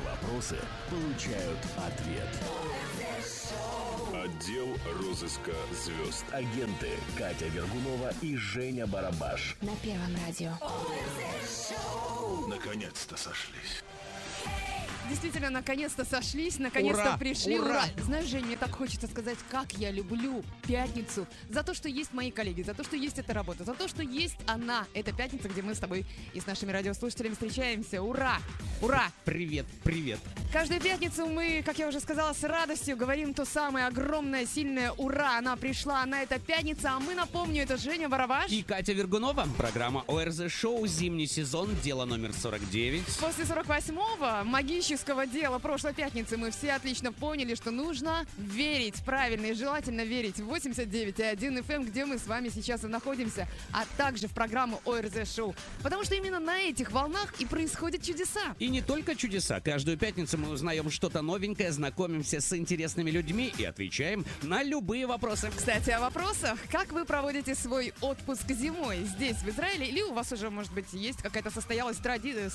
вопросы получают ответ. Отдел розыска звезд. Агенты Катя Вергунова и Женя Барабаш. На Первом радио. Наконец-то сошлись. Действительно, наконец-то сошлись, наконец-то Ура! пришли. Ура! Знаешь, Жень, мне так хочется сказать, как я люблю пятницу. За то, что есть мои коллеги, за то, что есть эта работа, за то, что есть она. Это пятница, где мы с тобой и с нашими радиослушателями встречаемся. Ура! Ура! Привет, привет. Каждую пятницу мы, как я уже сказала, с радостью говорим то самое огромное, сильное ура. Она пришла, она это пятница, а мы, напомню, это Женя Барабаш. И Катя Вергунова. Программа ОРЗ Шоу, зимний сезон, дело номер 49. После 48-го магического дела прошлой пятницы мы все отлично поняли, что нужно верить правильно и желательно верить в 89,1 FM, где мы с вами сейчас и находимся, а также в программу ОРЗ Шоу. Потому что именно на этих волнах и происходят чудеса. И не только чудеса. Каждую пятницу мы узнаем что-то новенькое, знакомимся с интересными людьми и отвечаем на любые вопросы. Кстати, о вопросах. Как вы проводите свой отпуск зимой здесь, в Израиле? Или у вас уже, может быть, есть какая-то традиция?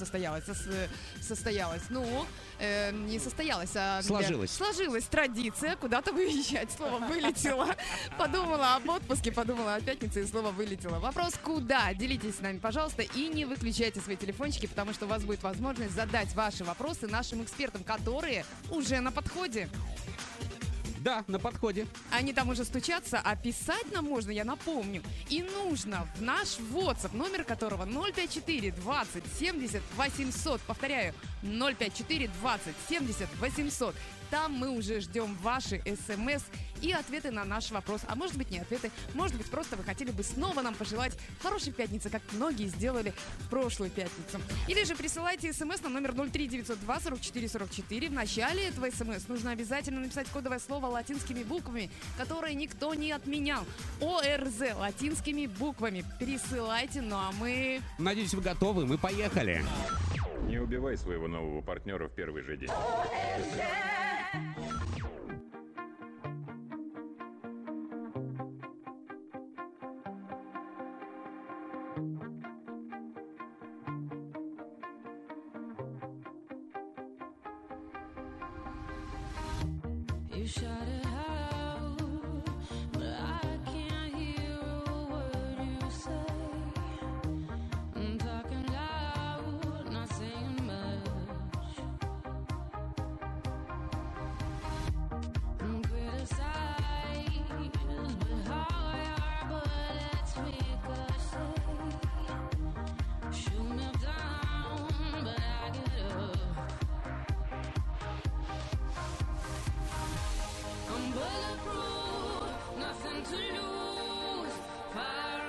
Не состоялась, а... Сложилась традиция куда-то выезжать. Слово вылетело. Подумала об отпуске, подумала о пятнице, и слово вылетело. Вопрос куда? Делитесь с нами, пожалуйста, и не выключайте свои телефончики, потому что у вас будет возможность задать ваши вопросы нашим экспертам, которые уже на подходе. Да, на подходе. Они там уже стучатся, а писать нам можно, я напомню. И нужно в наш WhatsApp, номер которого 054 20 70 800. Повторяю, 054 20 70 800. Там мы уже ждем ваши смс и ответы на наш вопрос. А может быть, не ответы. Может быть, просто вы хотели бы снова нам пожелать хорошей пятницы, как многие сделали в прошлую пятницу. Или же присылайте смс на номер 03 902 44 44. В начале этого смс нужно обязательно написать кодовое слово латинскими буквами, которое никто не отменял. ОРЗ латинскими буквами. Присылайте, ну а мы... Надеюсь, вы готовы. Мы поехали. Не убивай своего нового партнера в первый же день. You shot it out, but I can't hear a word you say. I'm talking loud, not saying much. I'm criticized, but how your bullets ricochet. Shoot me down, but I get up. I'm bulletproof, nothing to lose. Far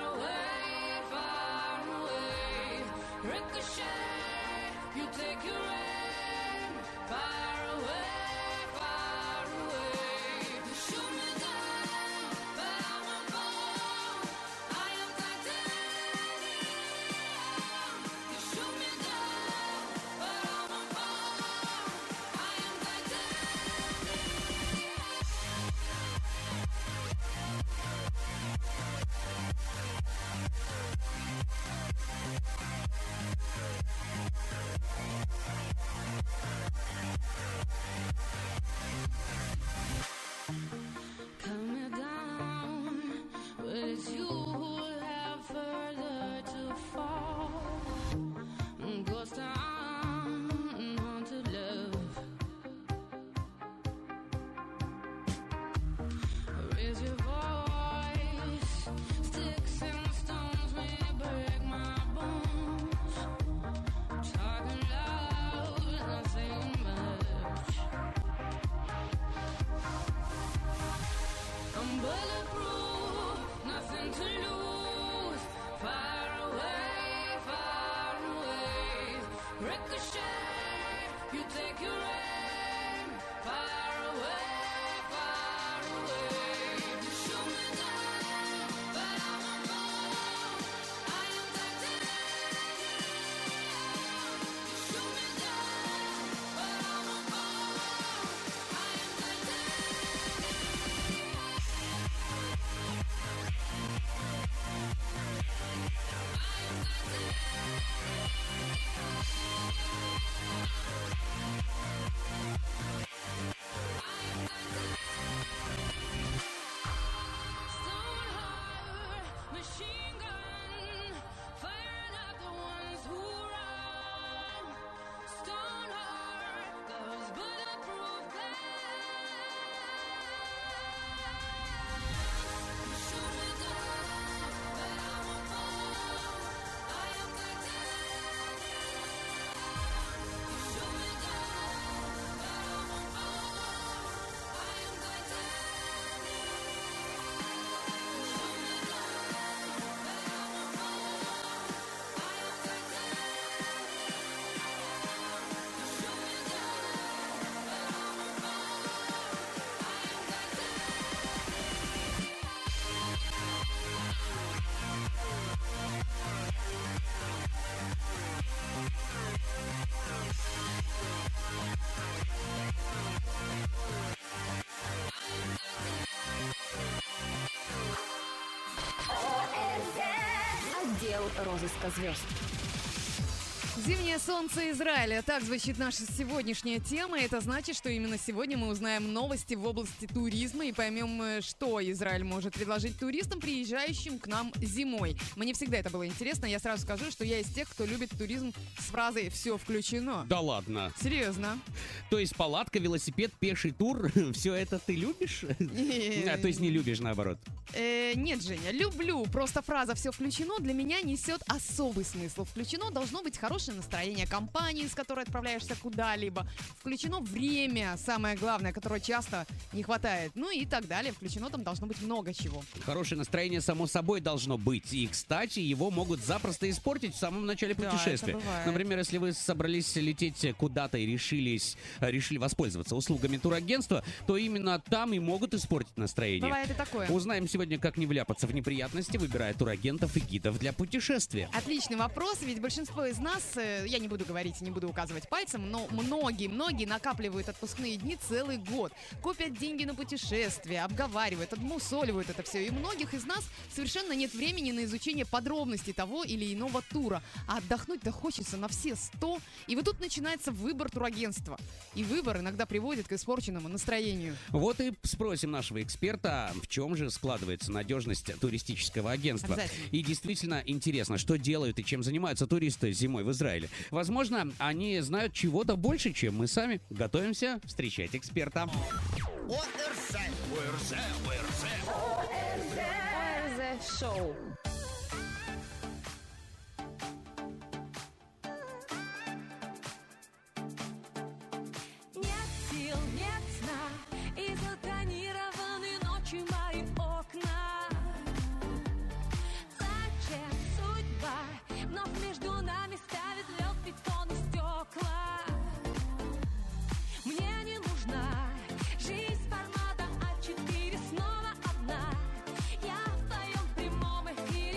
away, ricochet. You take your aim. Far away. You shoot me down, but I won't fall. I am titanium. You shoot me down, but I won't fall. I am titanium. Calm me down, but it's you who have further to fall. Ghost town, haunted love. Raise your voice, sticks and stones may break my bones. Talking loud, not saying much. I'm bulletproof, nothing to lose. Far away, ricochet. You take your aim. Far away. You shoot me down, but I won't fall. I am titanium. You shoot me down, but I won't fall. I am titanium. I am titanium. розыска звезд. Зимнее солнце Израиля. Так звучит наша сегодняшняя тема. Это значит, что именно сегодня мы узнаем новости в области туризма и поймем, что Израиль может предложить туристам, приезжающим к нам зимой. Мне всегда это было интересно. Я сразу скажу, что я из тех, кто любит туризм с фразой «все включено». Да ладно. Серьезно. То есть палатка, велосипед, пеший тур, все это ты любишь? То есть не любишь, наоборот. Нет, Женя, люблю. Просто фраза «все включено» для меня несет особый смысл. Включено должно быть хорошее настроение компании, с которой отправляешься куда-либо. Включено время, самое главное, которого часто не хватает. Ну и так далее. Включено там должно быть много чего. Хорошее настроение, само собой, должно быть. И, кстати, его могут запросто испортить в самом начале Да, путешествия. это бывает. Например, если вы собрались лететь куда-то и решили воспользоваться услугами турагентства, то именно там и могут испортить настроение. Бывает и такое. Узнаем сегодня, как не вляпаться в неприятности, выбирая турагентов и гидов для путешествия. Отличный вопрос, ведь большинство из нас, я не буду говорить, не буду указывать пальцем, но многие накапливают отпускные дни целый год, копят деньги на путешествия, обговаривают, обмусоливают это все. И у многих из нас совершенно нет времени на изучение подробностей того или иного тура, а отдохнуть-то хочется на все 100. И вот тут начинается выбор турагентства. И выбор иногда приводит к испорченному настроению. Вот и спросим нашего эксперта, в чем же складывается надежность туристического агентства. Обязательно. И действительно интересно, что делают и чем занимаются туристы зимой в Израиле. Возможно, они знают чего-то больше, чем мы сами. Готовимся встречать эксперта. ОРЗ Шоу. Нет сил, нет сна, и затонированы ночи мои окна. Зачем судьба вновь между нами ставит лед, бетон и стекла? Мне не нужна жизнь формата А4, снова одна. Я в твоем прямом эфире.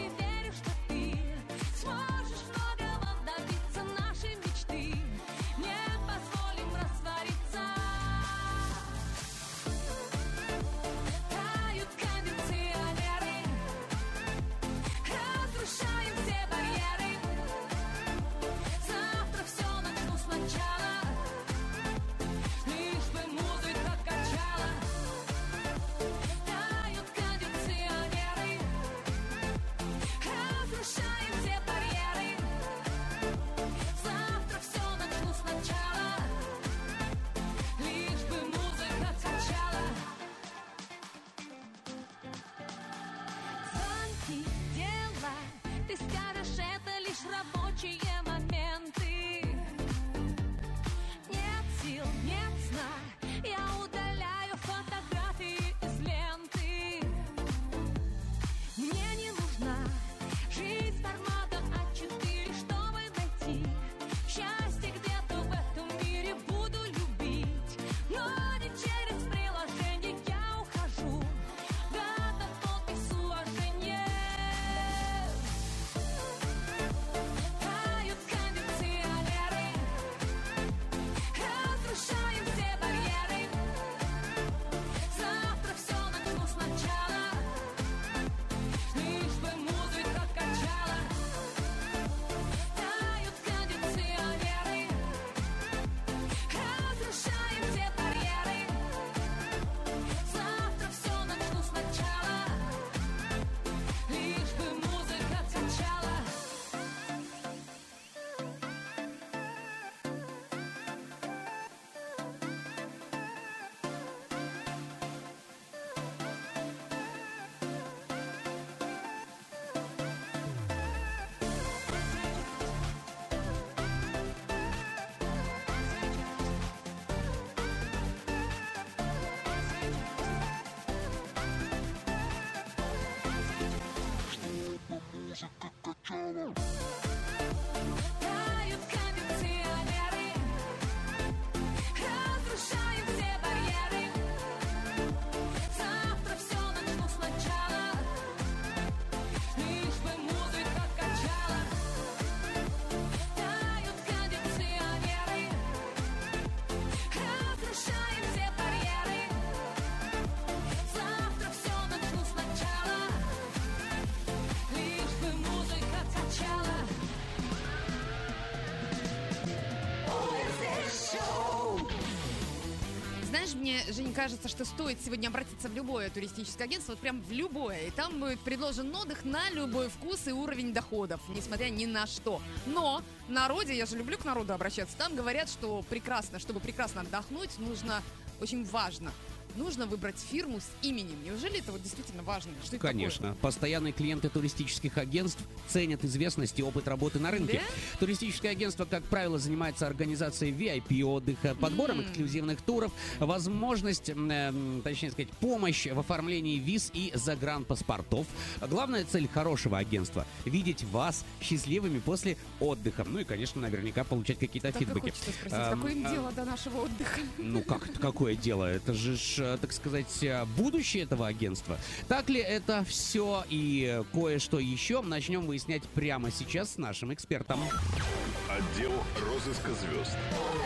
Женя, кажется, что стоит сегодня обратиться в любое туристическое агентство, вот прям в любое, и там будет предложен отдых на любой вкус и уровень доходов, несмотря ни на что. Но в народе, я же люблю к народу обращаться, там говорят, что прекрасно, чтобы прекрасно отдохнуть, нужно, очень важно, нужно выбрать фирму с именем. Неужели это вот действительно важно? Что это Конечно. Постоянные клиенты туристических агентств ценят известность и опыт работы на рынке. Да? Туристическое агентство, как правило, занимается организацией VIP-отдыха, подбором эксклюзивных туров, возможность, точнее сказать, помощь в оформлении виз и загранпаспортов. Главная цель хорошего агентства – видеть вас счастливыми после отдыха. Ну и, конечно, наверняка получать какие-то Так и фидбэки. хочется спросить, какое им дело до нашего отдыха? Ну, какое дело? Это же, так сказать, будущее этого агентства. Так ли это все и кое-что еще начнем выяснять прямо сейчас с нашим экспертом. Отдел розыска звезд.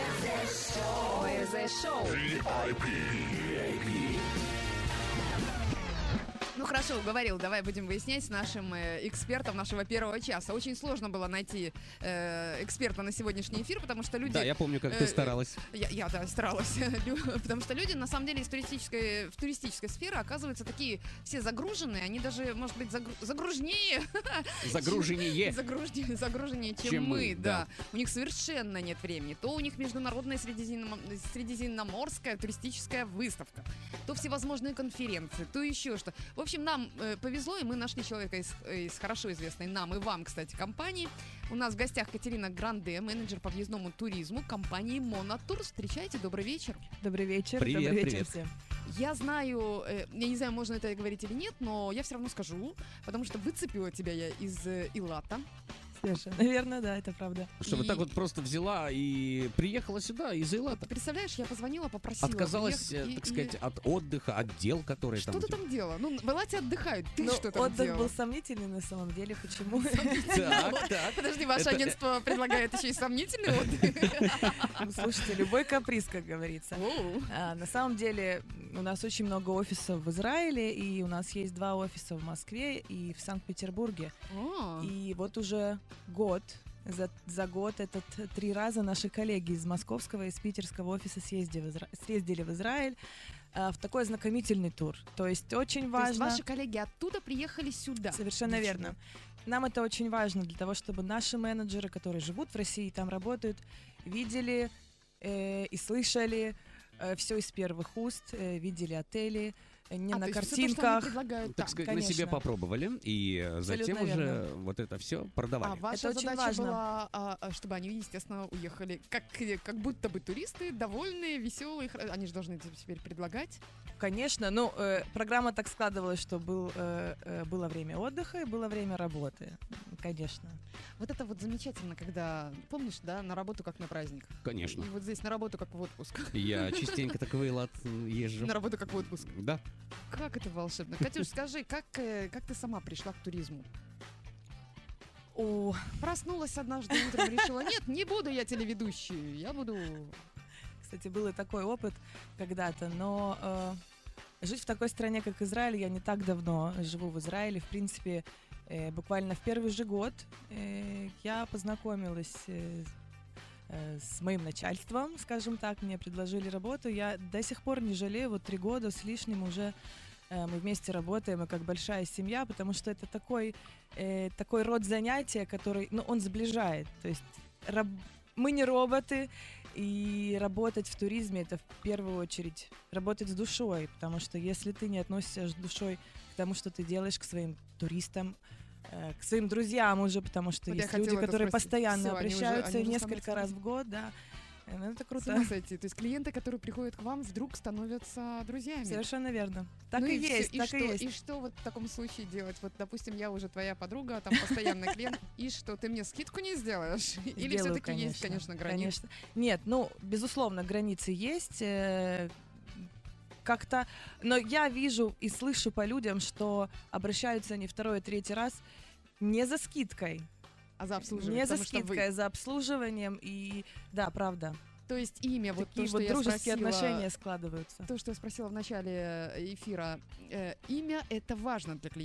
ОРЗ Шоу. Ну хорошо, уговорил, давай будем выяснять с нашим экспертом нашего первого часа. Очень сложно было найти эксперта на сегодняшний эфир, потому что люди... Да, я помню, как ты старалась. Я да, старалась. Потому что люди, на самом деле, в туристической сфере оказываются такие все загруженные, они даже, может быть, загружнее. Загруженнее. Загруженнее, чем мы, да. У них совершенно нет времени. То у них международная средиземноморская туристическая выставка, то всевозможные конференции, то еще что. В общем, нам повезло, и мы нашли человека из хорошо известной нам и вам, кстати, компании. У нас в гостях Катерина Гранде, менеджер по въездному туризму компании Монотур. Встречайте, добрый вечер. Добрый вечер. Привет, Добрый вечер привет. всем. Я знаю, я не знаю, можно это говорить или нет, но я все равно скажу, потому что выцепила тебя я из Илата. Совершенно верно, да, это правда. Что вот так вот просто взяла и приехала сюда из Илата. Представляешь, я позвонила, попросила. Отказалась, приехать так сказать, от отдыха, от дел, которые Что там... ты там делала? Ну, в Илате отдыхают, ты Ну, что там отдых делала? был сомнительный на самом деле. Почему? Так. Подожди, ваше Это- агентство предлагает еще и сомнительный отдых? Ну, слушайте, любой каприз, как говорится. Оу. На самом деле у нас очень много офисов в Израиле, и у нас есть 2 офиса в Москве и в Санкт-Петербурге. О, И вот уже год, за год 3 раза наши коллеги из московского и из питерского офиса съездили в Израиль в такой знакомительный тур. То есть очень То есть важно... ваши коллеги оттуда приехали сюда? Совершенно Для верно. чего? Нам это очень важно для того, чтобы наши менеджеры, которые живут в России и там работают, видели и слышали все из первых уст, видели отели, не на То есть всё то, что они картинках. предлагают Так там. сказать, на себе конечно. попробовали, и затем Абсолютно уже верно. вот это все А продавали. ваша Это очень задача важно. была, чтобы они, естественно, уехали как будто бы туристы, довольные, веселые. Они же должны это теперь предлагать. Конечно, ну, программа так складывалась, что было время отдыха и было время работы. Конечно. Вот это вот замечательно, когда, помнишь, да, на работу как на праздник. Конечно. И вот здесь на работу как в отпуск. Я частенько так в Илат езжу. На работу как в отпуск. Да. Как это волшебно. Катюш, скажи, как ты сама пришла к туризму? Проснулась однажды утром, решила, нет, не буду я телеведущей, я буду... Кстати, был и такой опыт когда-то, но жить в такой стране, как Израиль, я не так давно живу в Израиле. В принципе, буквально в первый же год я познакомилась с моим начальством, скажем так, мне предложили работу. Я до сих пор не жалею, вот 3 года с лишним уже мы вместе работаем, и как большая семья, потому что это такой род занятия, который, ну, он сближает. То есть мы не роботы, и работать в туризме — это в первую очередь работать с душой, потому что если ты не относишься с душой к тому, что ты делаешь, к своим туристам, к своим друзьям уже, потому что Вот я есть люди, хотела это которые спросить. постоянно Всё, они уже обращаются становятся несколько раз в год, да. Это С круто. ума сойти. То есть клиенты, которые приходят к вам, вдруг становятся друзьями. Совершенно верно. Так Ну и всё, есть, так что, и есть. И что вот в таком случае делать? Вот, допустим, я уже твоя подруга, там постоянный клиент, и что, ты мне скидку не сделаешь? Или Сделаю, все-таки есть, конечно, границы? Конечно. Нет, ну, безусловно, границы есть. Как-то, но я вижу и слышу по людям, что обращаются они 2-й, 3-й раз не за скидкой. А за обслуживание? Не за потому что вы- скидкой, а за обслуживанием. И да, правда. То есть имя, вот Такие то, что вот я дружеские спросила, отношения складываются. то, что я спросила в начале эфира, имя — это важно для клиентов.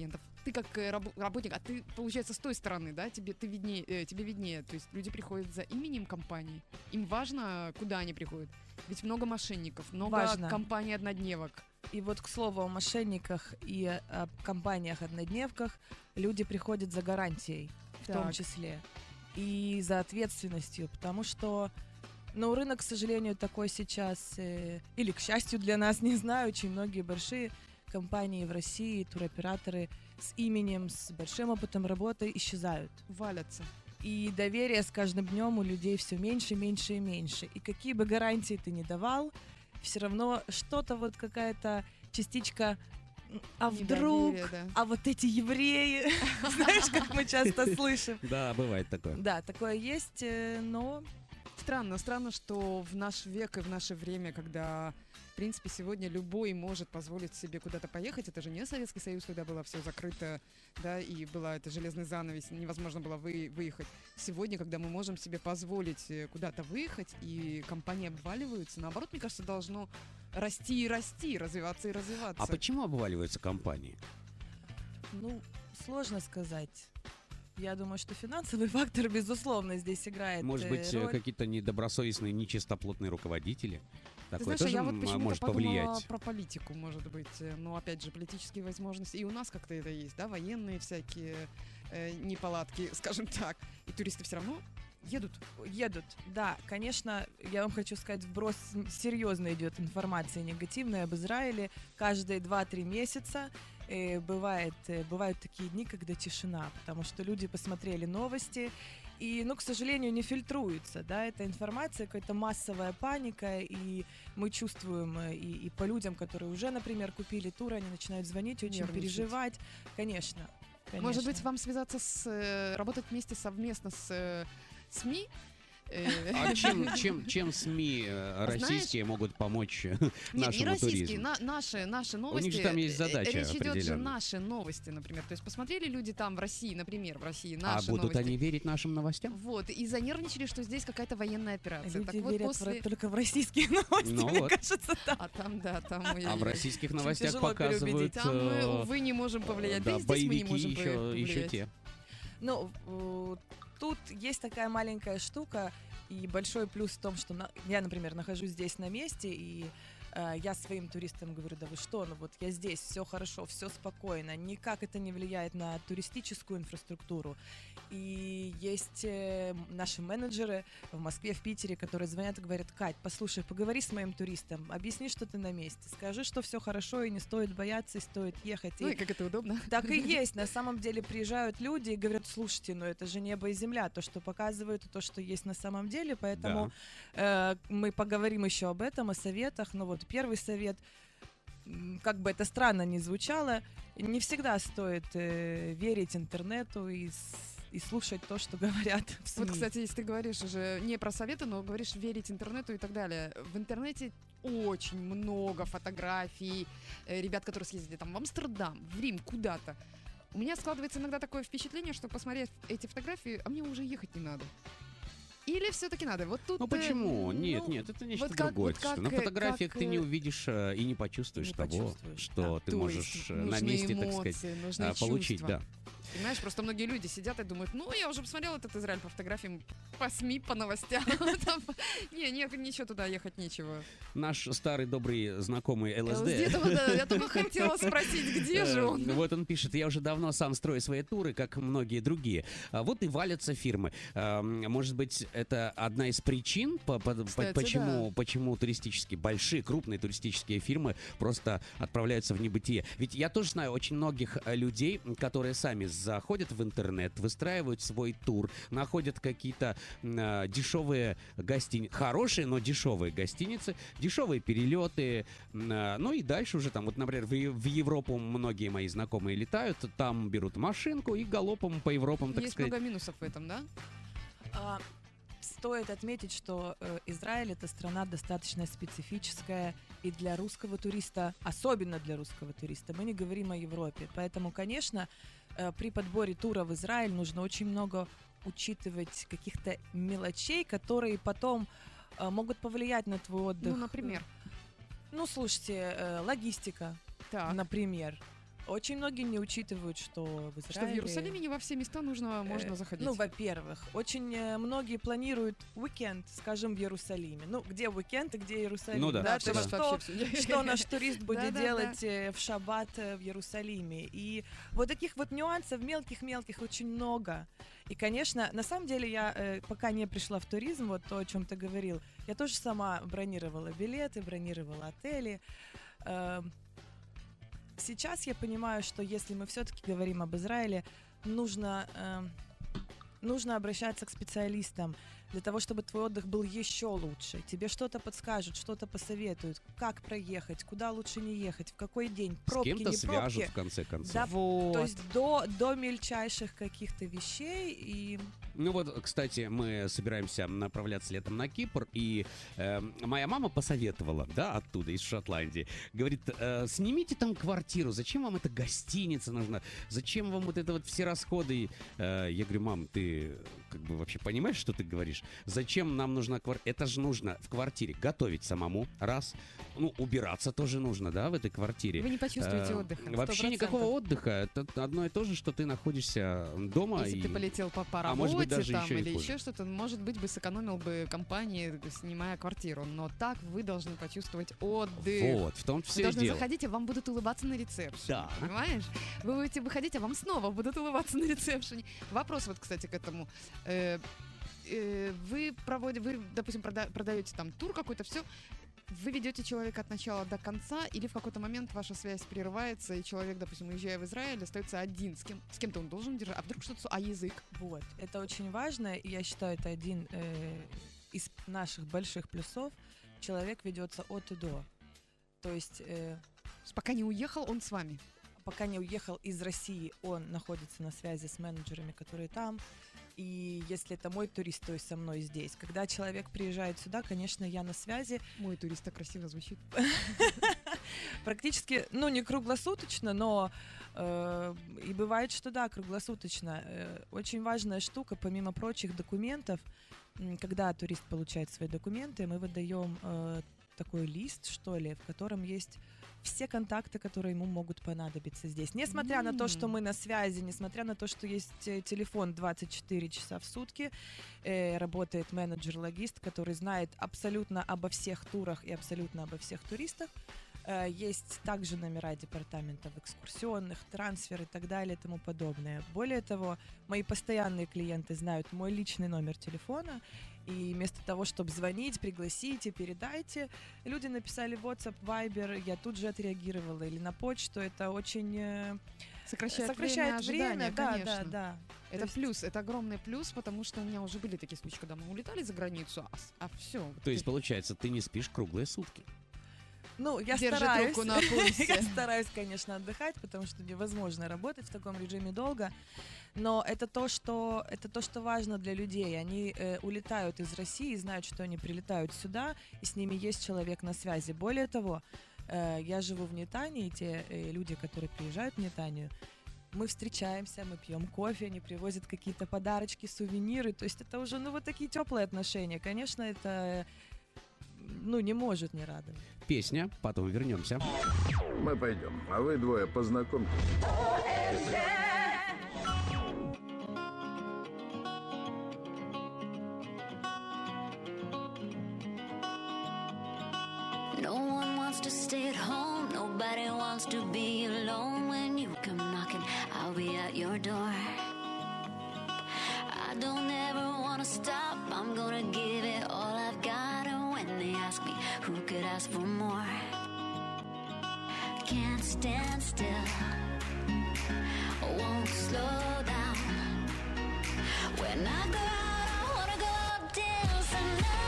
ты как работник, а ты, получается, с той стороны, да, тебе виднее. То есть люди приходят за именем компании. Им важно, куда они приходят. Ведь много мошенников, много Важно. компаний-однодневок. И вот, к слову, о мошенниках и о компаниях-однодневках, люди приходят за гарантией, в том Так. числе, и за ответственностью, потому что, ну, рынок, к сожалению, такой сейчас, или, к счастью для нас, не знаю, очень многие большие компании в России, туроператоры с именем, с большим опытом работы исчезают. Валятся. И доверие с каждым днем у людей все меньше, меньше и меньше. И какие бы гарантии ты ни давал, все равно что-то вот какая-то частичка, а вдруг, Недоверие, да. а вот эти евреи, знаешь, как мы часто слышим. Да, бывает такое. Да, такое есть, но Странно, что в наш век и в наше время, когда, в принципе, сегодня любой может позволить себе куда-то поехать, это же не Советский Союз, когда было все закрыто, да, и была эта железный занавес, невозможно было выехать. Сегодня, когда мы можем себе позволить куда-то выехать, и компании обваливаются, наоборот, мне кажется, должно расти и расти, развиваться и развиваться. А почему обваливаются компании? ну, сложно сказать. Я думаю, что финансовый фактор, безусловно, здесь играет Может быть, роль. какие-то недобросовестные, нечистоплотные руководители? Ты Такое знаешь, а тоже я вот почему-то может подумала повлиять. про политику, может быть. Но, опять же, политические возможности. И у нас как-то это есть, да, военные всякие неполадки, скажем так. И туристы все равно едут. Едут, да, конечно, я вам хочу сказать, вброс серьезно идет информация негативная об Израиле. Каждые 2-3 месяца бывают такие дни, когда тишина, потому что люди посмотрели новости, и, ну, к сожалению, не фильтруется, да, эта информация, какая-то массовая паника, и мы чувствуем и по людям, которые уже, например, купили тур, они начинают звонить, очень Нервничать. переживать, конечно. Может быть, вам связаться работать вместе совместно с СМИ? А чем СМИ российские могут помочь Нет, не нашему российские, туризму? наши новости. них же там есть задача Речь идет же определенная. наши новости, например. То есть посмотрели люди там в России, например, в России А наши будут новости. они верить нашим новостям? Вот, и занервничали, что здесь какая-то военная операция. Люди Так вот, верят после... только в российские новости, Ну мне вот. кажется, так. А там, да, там... А в ой-ой-ой. российских Очень новостях тяжело показывают переубедить. Там мы, увы, не можем повлиять. Да, да, и здесь мы не боевики можем еще повлиять. те. Ну, тут есть такая маленькая штука, и большой плюс в том, что я, например, нахожусь здесь на месте, и я своим туристам говорю, да вы что, ну вот я здесь, все хорошо, все спокойно, никак это не влияет на туристическую инфраструктуру. И есть наши менеджеры в Москве, в Питере, которые звонят и говорят: Кать, послушай, поговори с моим туристом, объясни, что ты на месте, скажи, что все хорошо и не стоит бояться, и стоит ехать. Ну И и как это удобно. так и есть. На самом деле приезжают люди и говорят: слушайте, ну это же небо и земля, то, что показывают, и то, что есть на самом деле, поэтому мы поговорим еще об этом, о советах. Но вот первый совет, как бы это странно ни звучало, не всегда стоит верить интернету и слушать то, что говорят в СМИ. Вот, кстати, если ты говоришь уже не про советы, но говоришь верить интернету и так далее. В интернете очень много фотографий ребят, которые съездили там в Амстердам, в Рим, куда-то. У меня складывается иногда такое впечатление, что посмотреть эти фотографии, а мне уже ехать не надо. Или все-таки надо? Вот тут... Ну почему? ну, Нет, это нечто вот как- другое. вот как, На фотографиях как, ты не увидишь и не почувствуешь не того, почувствуешь, что ты то можешь есть на нужны месте, так эмоции, сказать, нужны получить. чувства. Да. Понимаешь, просто многие люди сидят и думают, ну, я уже посмотрел этот Израиль по фотографиям, по СМИ, по новостям. Там, ничего туда ехать нечего. Наш старый добрый знакомый ЛСД. Я только хотела спросить, где же он? Вот он пишет: я уже давно сам строю свои туры, как многие другие. Вот и валятся фирмы. Может быть, это одна из причин, Кстати, почему туристические, большие, крупные туристические фирмы просто отправляются в небытие. Ведь я тоже знаю очень многих людей, которые сами заходят в интернет, выстраивают свой тур, находят какие-то дешевые гостиницы, хорошие, но дешевые гостиницы, дешевые перелеты, ну и дальше уже там, вот, например, в Европу многие мои знакомые летают, там берут машинку и галопом по Европам, так Есть сказать. много минусов в этом, да? Стоит отметить, что Израиль — это страна достаточно специфическая, и для русского туриста, особенно для русского туриста, мы не говорим о Европе. Поэтому, конечно, при подборе тура в Израиль нужно очень много учитывать каких-то мелочей, которые потом могут повлиять на твой отдых. Ну, например. Ну, слушайте, логистика, Так. например. Очень многие не учитывают, что в Израиле... Что в Иерусалиме не во все места можно заходить. Ну, во-первых, очень многие планируют уикенд, скажем, в Иерусалиме. Ну, где уикенд и где Иерусалим? Ну да, да, То ты есть вообще всё. что наш турист будет Да-да-да. делать в шаббат в Иерусалиме. И вот таких вот нюансов мелких-мелких очень много. И, конечно, на самом деле я пока не пришла в туризм, вот то, о чем ты говорил, я тоже сама бронировала билеты, бронировала отели. Сейчас я понимаю, что если мы все-таки говорим об Израиле, нужно обращаться к специалистам для того, чтобы твой отдых был еще лучше. Тебе что-то подскажут, что-то посоветуют, как проехать, куда лучше не ехать, в какой день, С пробки, кем-то не свяжут, пробки. в конце концов. Да, Вот. то есть до мельчайших каких-то вещей. И Ну вот, кстати, мы собираемся направляться летом на Кипр, и моя мама посоветовала, да, оттуда, из Шотландии, говорит, снимите там квартиру, зачем вам эта гостиница нужна, зачем вам вот это вот все расходы? Я говорю, мам, ты как бы вообще понимаешь, что ты говоришь? Зачем нам нужна квартира? Это же нужно в квартире готовить самому, раз, ну, убираться тоже нужно, да, в этой квартире. Вы не почувствуете отдыха. Вообще 100%. никакого отдыха, это одно и то же, что ты находишься дома. Если и... ты полетел по А может быть, работе даже там еще и или хуже. еще что-то, может быть, бы сэкономил бы компании, снимая квартиру. Но так вы должны почувствовать отдых. Вот, в том Вы все и должны дело. заходить, а вам будут улыбаться на ресепшене. Да. Понимаешь? Вы будете выходить, а вам снова будут улыбаться на ресепшене. Вопрос вот, кстати, к этому. Вы, допустим, продаете там тур какой-то, все. Вы ведете человека от начала до конца, или в какой-то момент ваша связь прерывается, и человек, допустим, уезжая в Израиль, остается один. С кем-то он должен держать. А вдруг что-то... А язык? вот, это очень важно, и я считаю, это один из наших больших плюсов. Человек ведется от и до. То есть Пока не уехал, он с вами. пока не уехал из России, он находится на связи с менеджерами, которые там. И если это мой турист, то есть со мной здесь. Когда человек приезжает сюда, конечно, я на связи. Мой турист так красиво звучит. Практически, ну, не круглосуточно, но и бывает, что да, круглосуточно. Очень важная штука, помимо прочих документов, когда турист получает свои документы, мы выдаем такой лист, что ли, в котором есть все контакты, которые ему могут понадобиться здесь. Несмотря на то, что мы на связи, несмотря на то, что есть телефон 24 часа в сутки, работает менеджер-логист, который знает абсолютно обо всех турах и абсолютно обо всех туристах. Есть также номера департаментов экскурсионных, трансфер и так далее и тому подобное. Более того, мои постоянные клиенты знают мой личный номер телефона, и вместо того, чтобы звонить, пригласите, передайте, люди написали в WhatsApp, Viber, я тут же отреагировала, или на почту. Это очень Сокращает время ожидания, да, конечно. да. Это То есть- плюс, это огромный плюс, потому что у меня уже были такие случаи, когда мы улетали за границу, а все. То есть, получается, ты не спишь круглые сутки. Ну, я Держит стараюсь. руку на пульсе. Я стараюсь, конечно, отдыхать, потому что невозможно работать в таком режиме долго. Но это то, что важно для людей. Они улетают из России, знают, что они прилетают сюда, и с ними есть человек на связи. Более того, я живу в Нетании, и те люди, которые приезжают в Нетанию, мы встречаемся, мы пьем кофе, они привозят какие-то подарочки, сувениры. То есть это уже, ну, вот такие теплые отношения. Конечно, это, ну, не может не радовать. Песня, потом вернемся. Мы пойдем, а вы двое познакомьтесь. No one wants to stay at home. Nobody wants to be alone. When you come knocking, I'll be at your door. I don't ever want to stop. I'm gonna give it all I've got. And when they ask me who could ask for more, can't stand still. Won't slow down. When I go out, I wanna go out dancing.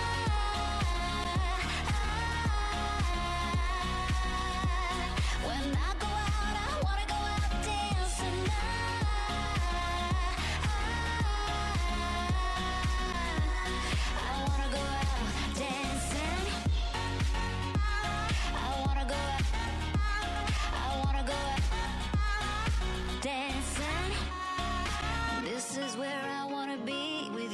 When I go out, I wanna go out dancing. I wanna go out dancing. I wanna go out. I wanna go out dancing. This is where I wanna be with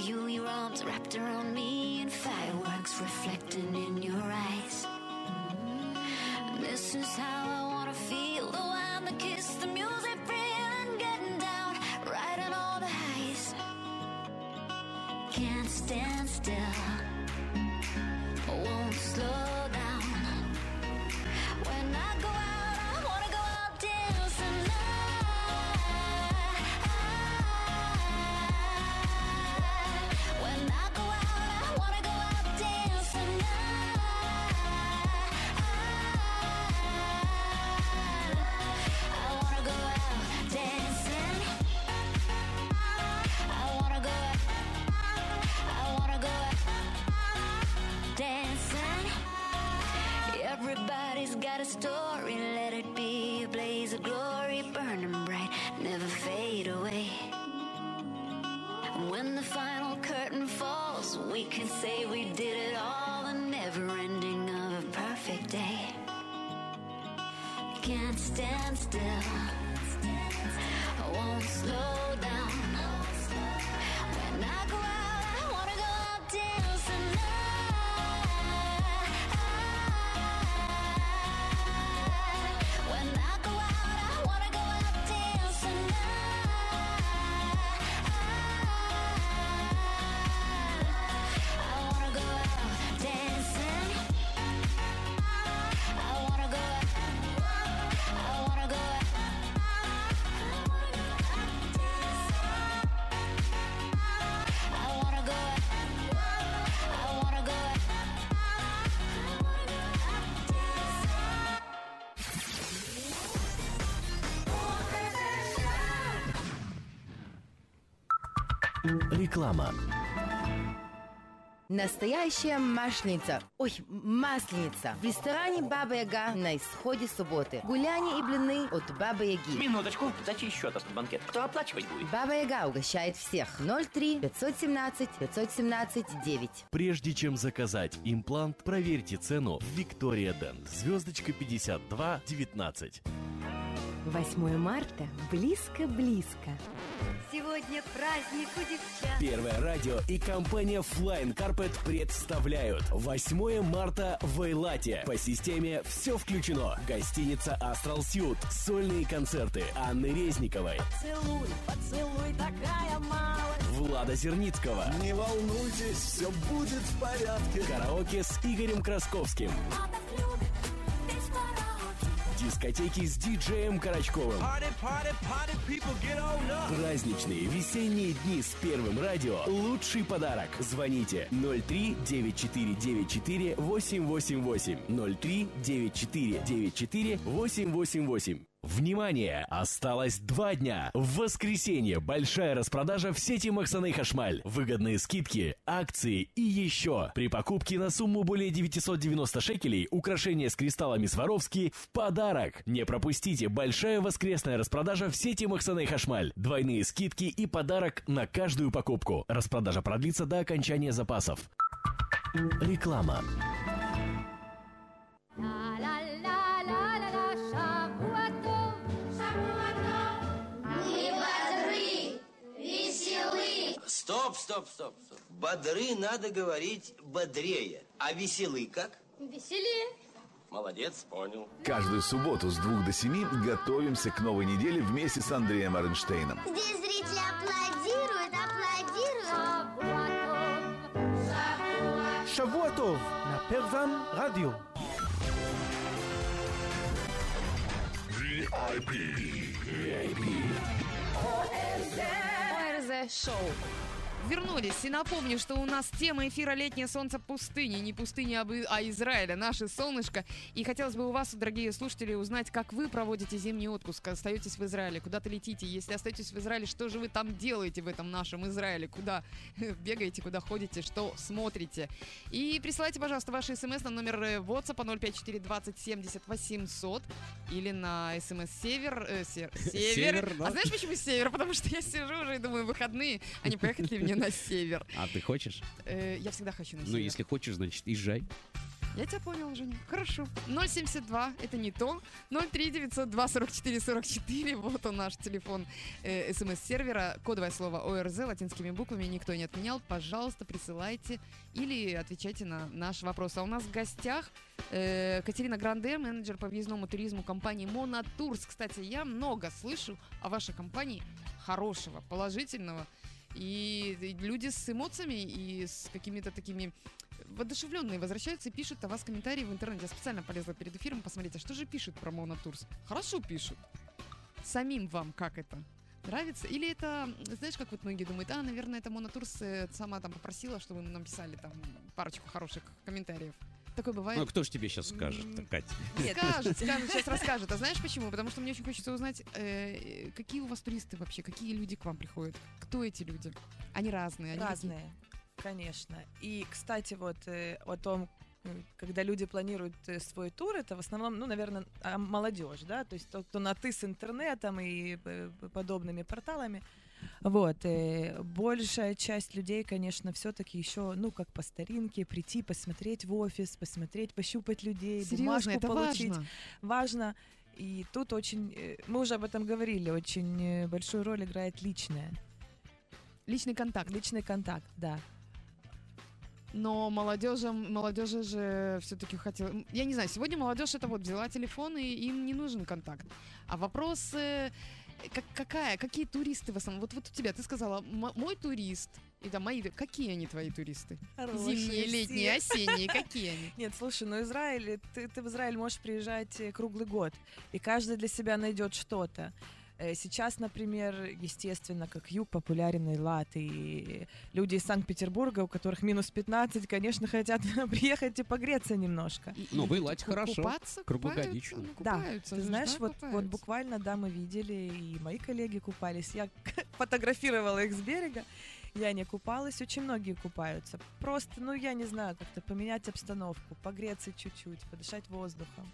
stand still, won't slow down. When I go out, I wanna go out dancing. When I go out, I wanna go out dancing. I wanna go out dancing. I wanna go out dancing. Everybody's got a story, let it be a blaze of glory, burning bright, never fade away. When the final curtain falls, we can say we did it all, the never ending of a perfect day. Can't stand still, I won't slow down. When I go out, I wanna go out dancing. When I go out, I wanna go out dancing. I wanna go out dancing. I wanna go out. I wanna go out. I wanna go out. I wanna go out. Реклама. Настоящая масленица в ресторане Баба Яга на исходе субботы. Гуляния и блины от Бабы Яги. Минуточку, за чей счет этот банкет? Кто оплачивать будет? Баба Яга угощает всех. 03 517 517 9. Прежде чем заказать имплант, проверьте цену в Виктория Дент. Звездочка 52 19. 8 марта близко-близко. Сегодня праздник у девчат. Первое радио и компания Flying Carpet представляют 8 марта в Эйлате. По системе «Все включено». Гостиница Astral Suite. Сольные концерты Анны Резниковой, Целуй, поцелуй, такая малость. Влада Зерницкого. Не волнуйтесь, все будет в порядке. Караоке с Игорем Красковским. Дискотеки с диджеем Карачковым. Праздничные весенние дни с Первым радио. Лучший подарок. Звоните 03 9494 888 03 9494 888. Внимание! Осталось 2 дня. В воскресенье большая распродажа в сети Махсаны Хашмаль. Выгодные скидки, акции и еще. При покупке на сумму более 990 шекелей украшения с кристаллами Сваровски в подарок. Не пропустите большая воскресная распродажа в сети Махсаны Хашмаль. Двойные скидки и подарок на каждую покупку. Распродажа продлится до окончания запасов. Реклама. Стоп. Бодры надо говорить бодрее. А веселый как? Веселее. Молодец, понял. Каждую субботу с 2 до 7 готовимся к новой неделе вместе с Андреем Аренштейном. Здесь зрители аплодируют. Шавуатов на Первом радио. ОРЗ Шоу. Вернулись. И напомню, что у нас тема эфира «Летнее солнце пустыни». Не пустыни, а Израиля. Наше солнышко. И хотелось бы у вас, дорогие слушатели, узнать, как вы проводите зимний отпуск. Остаетесь в Израиле? Куда-то летите? Если остаетесь в Израиле, что же вы там делаете в этом нашем Израиле? Куда бегаете, куда ходите, что смотрите? И присылайте, пожалуйста, ваши смс на номер WhatsApp 054 20 70 800 или на смс «Север». Север. Да. А знаешь, почему «Север»? Потому что я сижу уже и думаю, выходные, а не поехать ли мне на север. А ты хочешь? Я всегда хочу на север. Ну, если хочешь, значит, езжай. Я тебя понял, Женя. Хорошо. 072, это не то. 03 902 44 44, вот он наш телефон СМС-сервера. Кодовое слово ОРЗ латинскими буквами никто не отменял. Пожалуйста, присылайте или отвечайте на наш вопрос. А у нас в гостях Катерина Гранде, менеджер по въездному туризму компании Монотурс. Кстати, я много слышу о вашей компании хорошего, положительного. И люди с эмоциями и с какими-то такими воодушевленные возвращаются и пишут о вас комментарии в интернете. Я специально полезла перед эфиром посмотреть, а что же пишут про Монотурс? Хорошо пишут. Самим вам как это? Нравится? Или это, знаешь, как вот многие думают, наверное, это Монотурс сама там попросила, чтобы мы написали там парочку хороших комментариев. Такое бывает. Ну, кто ж тебе сейчас скажет, Катя? Скажет, сейчас расскажет. А знаешь почему? Потому что мне очень хочется узнать, какие у вас туристы вообще, какие люди к вам приходят, кто эти люди? Они разные. Разные, конечно. И, кстати, вот о том, когда люди планируют свой тур, это в основном, наверное, молодежь, да, то есть тот, кто на «ты» с интернетом и подобными порталами. Вот, большая часть людей, конечно, все-таки еще, как по старинке, прийти, посмотреть в офис, посмотреть, пощупать людей, серьезно, бумажку это получить. Важно. И тут очень, мы уже об этом говорили, очень большую роль играет личное. Личный контакт. Личный контакт, да. Но молодежи же все-таки хотела... Я не знаю, сегодня молодежь это вот взяла телефон, и им не нужен контакт. А вопрос... Какие туристы в основном? Вот у тебя, ты сказала, мой турист, и там мои, какие они твои туристы? Хорошие, зимние, летние, осенние, какие они? Нет, слушай, Израиль, ты в Израиль можешь приезжать круглый год, и каждый для себя найдет что-то. Сейчас, например, естественно, как юг популярен Эйлат, и люди из Санкт-Петербурга, у которых минус 15, конечно, хотят приехать и погреться немножко. В Эйлате хорошо, купаться, круглогодично. Да, ты знаешь, вот буквально, да, мы видели, и мои коллеги купались, я фотографировала их с берега, я не купалась, очень многие купаются. Просто, я не знаю, как-то поменять обстановку, погреться чуть-чуть, подышать воздухом.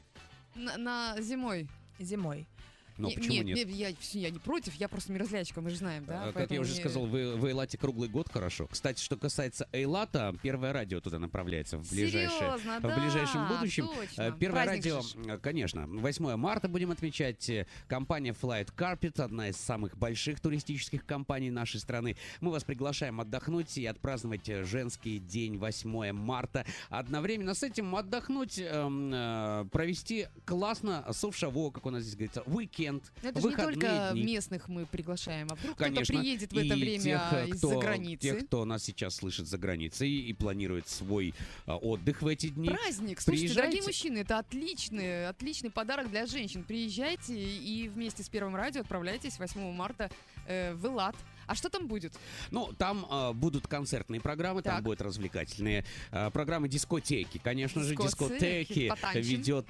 Зимой? Зимой. Но почему нет? Я не против, я просто мерзлячка, мы же знаем, да? Как я уже сказал, в Эйлате круглый год хорошо. Кстати, что касается Эйлата, Первое радио туда направляется в ближайшем будущем. Точно. Первое Праздник радио, же. конечно, 8 марта будем отмечать. Компания Flight Carpet, одна из самых больших туристических компаний нашей страны. Мы вас приглашаем отдохнуть и отпраздновать женский день 8 марта. Одновременно с этим отдохнуть, провести классно совшаво, как у нас здесь говорится, уикенд. Это же не только местных мы приглашаем, а вдруг кто-то приедет в это время из-за границы. Тех, кто нас сейчас слышит за границей и планирует свой отдых в эти дни. Праздник. Слушайте, дорогие мужчины, это отличный подарок для женщин. Приезжайте и вместе с Первым радио отправляйтесь 8 марта в Эйлат. А что там будет? Там будут концертные программы, там будут развлекательные программы, дискотеки. Конечно же, дискотеки ведет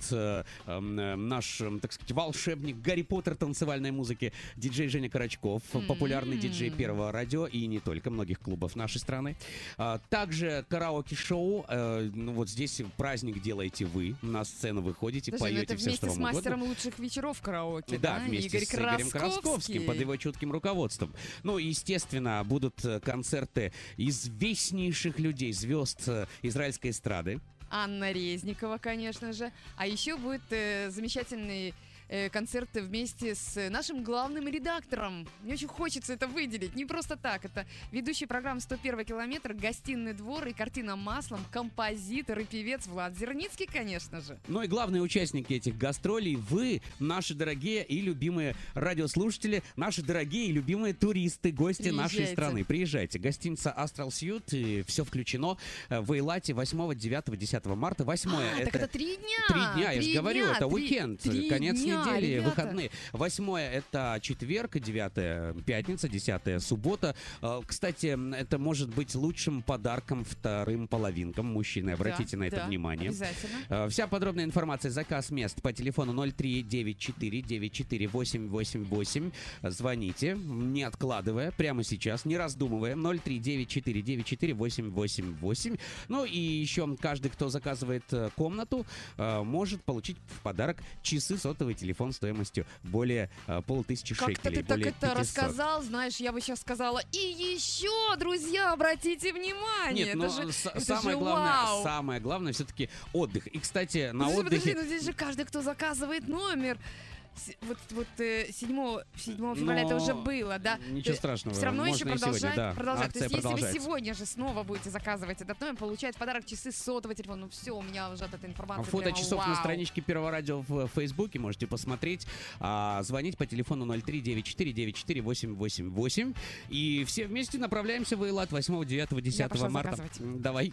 наш, так сказать, волшебник Гарри Поттер танцевальной музыки, диджей Женя Карачков, популярный диджей Первого радио и не только, многих клубов нашей страны. Также караоке-шоу. Вот здесь праздник делаете вы, на сцену выходите, поете все, что вам угодно. Вместе с мастером лучших вечеров караоке, да? Вместе с Игорем Красковским, под его чутким руководством. И, естественно, будут концерты известнейших людей, звезд израильской эстрады. Анна Резникова, конечно же. А еще будет замечательный концерт вместе с нашим главным редактором. Мне очень хочется это выделить. Не просто так. Это ведущий программы «101 километр», «Гостиный двор» и «Картина маслом», композитор и певец Влад Зерницкий, конечно же. И главные участники этих гастролей вы, наши дорогие и любимые радиослушатели, наши дорогие и любимые туристы, гости нашей страны. Приезжайте. Гостиница Astral Suite, и все включено в Эйлате 8, 9, 10 марта. 8 так это 3 дня. 3 дня, я же говорю, это уикенд, конец недели, ребята. выходные. 8 это четверг, 9 пятница, 10 суббота. Кстати, это может быть лучшим подарком вторым половинкам. Мужчины, обратите на это внимание. Обязательно. Вся подробная информация, заказ мест по телефону 0394 94 888. Звоните, не откладывая, прямо сейчас, не раздумывая. 0394 94 888. И еще каждый, кто заказывает комнату, может получить в подарок часы, сотовый телефон стоимостью более 1500 шекелей. Как-то ты так это рассказал, знаешь, я бы сейчас сказала, и еще, друзья, обратите внимание. Нет, самое главное все-таки отдых. И, кстати, на отдыхе... Подожди, здесь же каждый, кто заказывает номер, 7 февраля это Но уже было, да? Ничего страшного. Все равно еще можно и сегодня, да. продолжать. То Акция есть, если вы продолжается. сегодня же снова будете заказывать этот номер, получать в подарок часы сотового телефона. Ну все, у меня уже от этой информации Фото прямо часов вау. на страничке Первого радио в Фейсбуке можете посмотреть. Звонить по телефону 03-94-94-888. И все вместе направляемся в Эйлат 8, 9, 10 пошла марта. заказывать. Давай.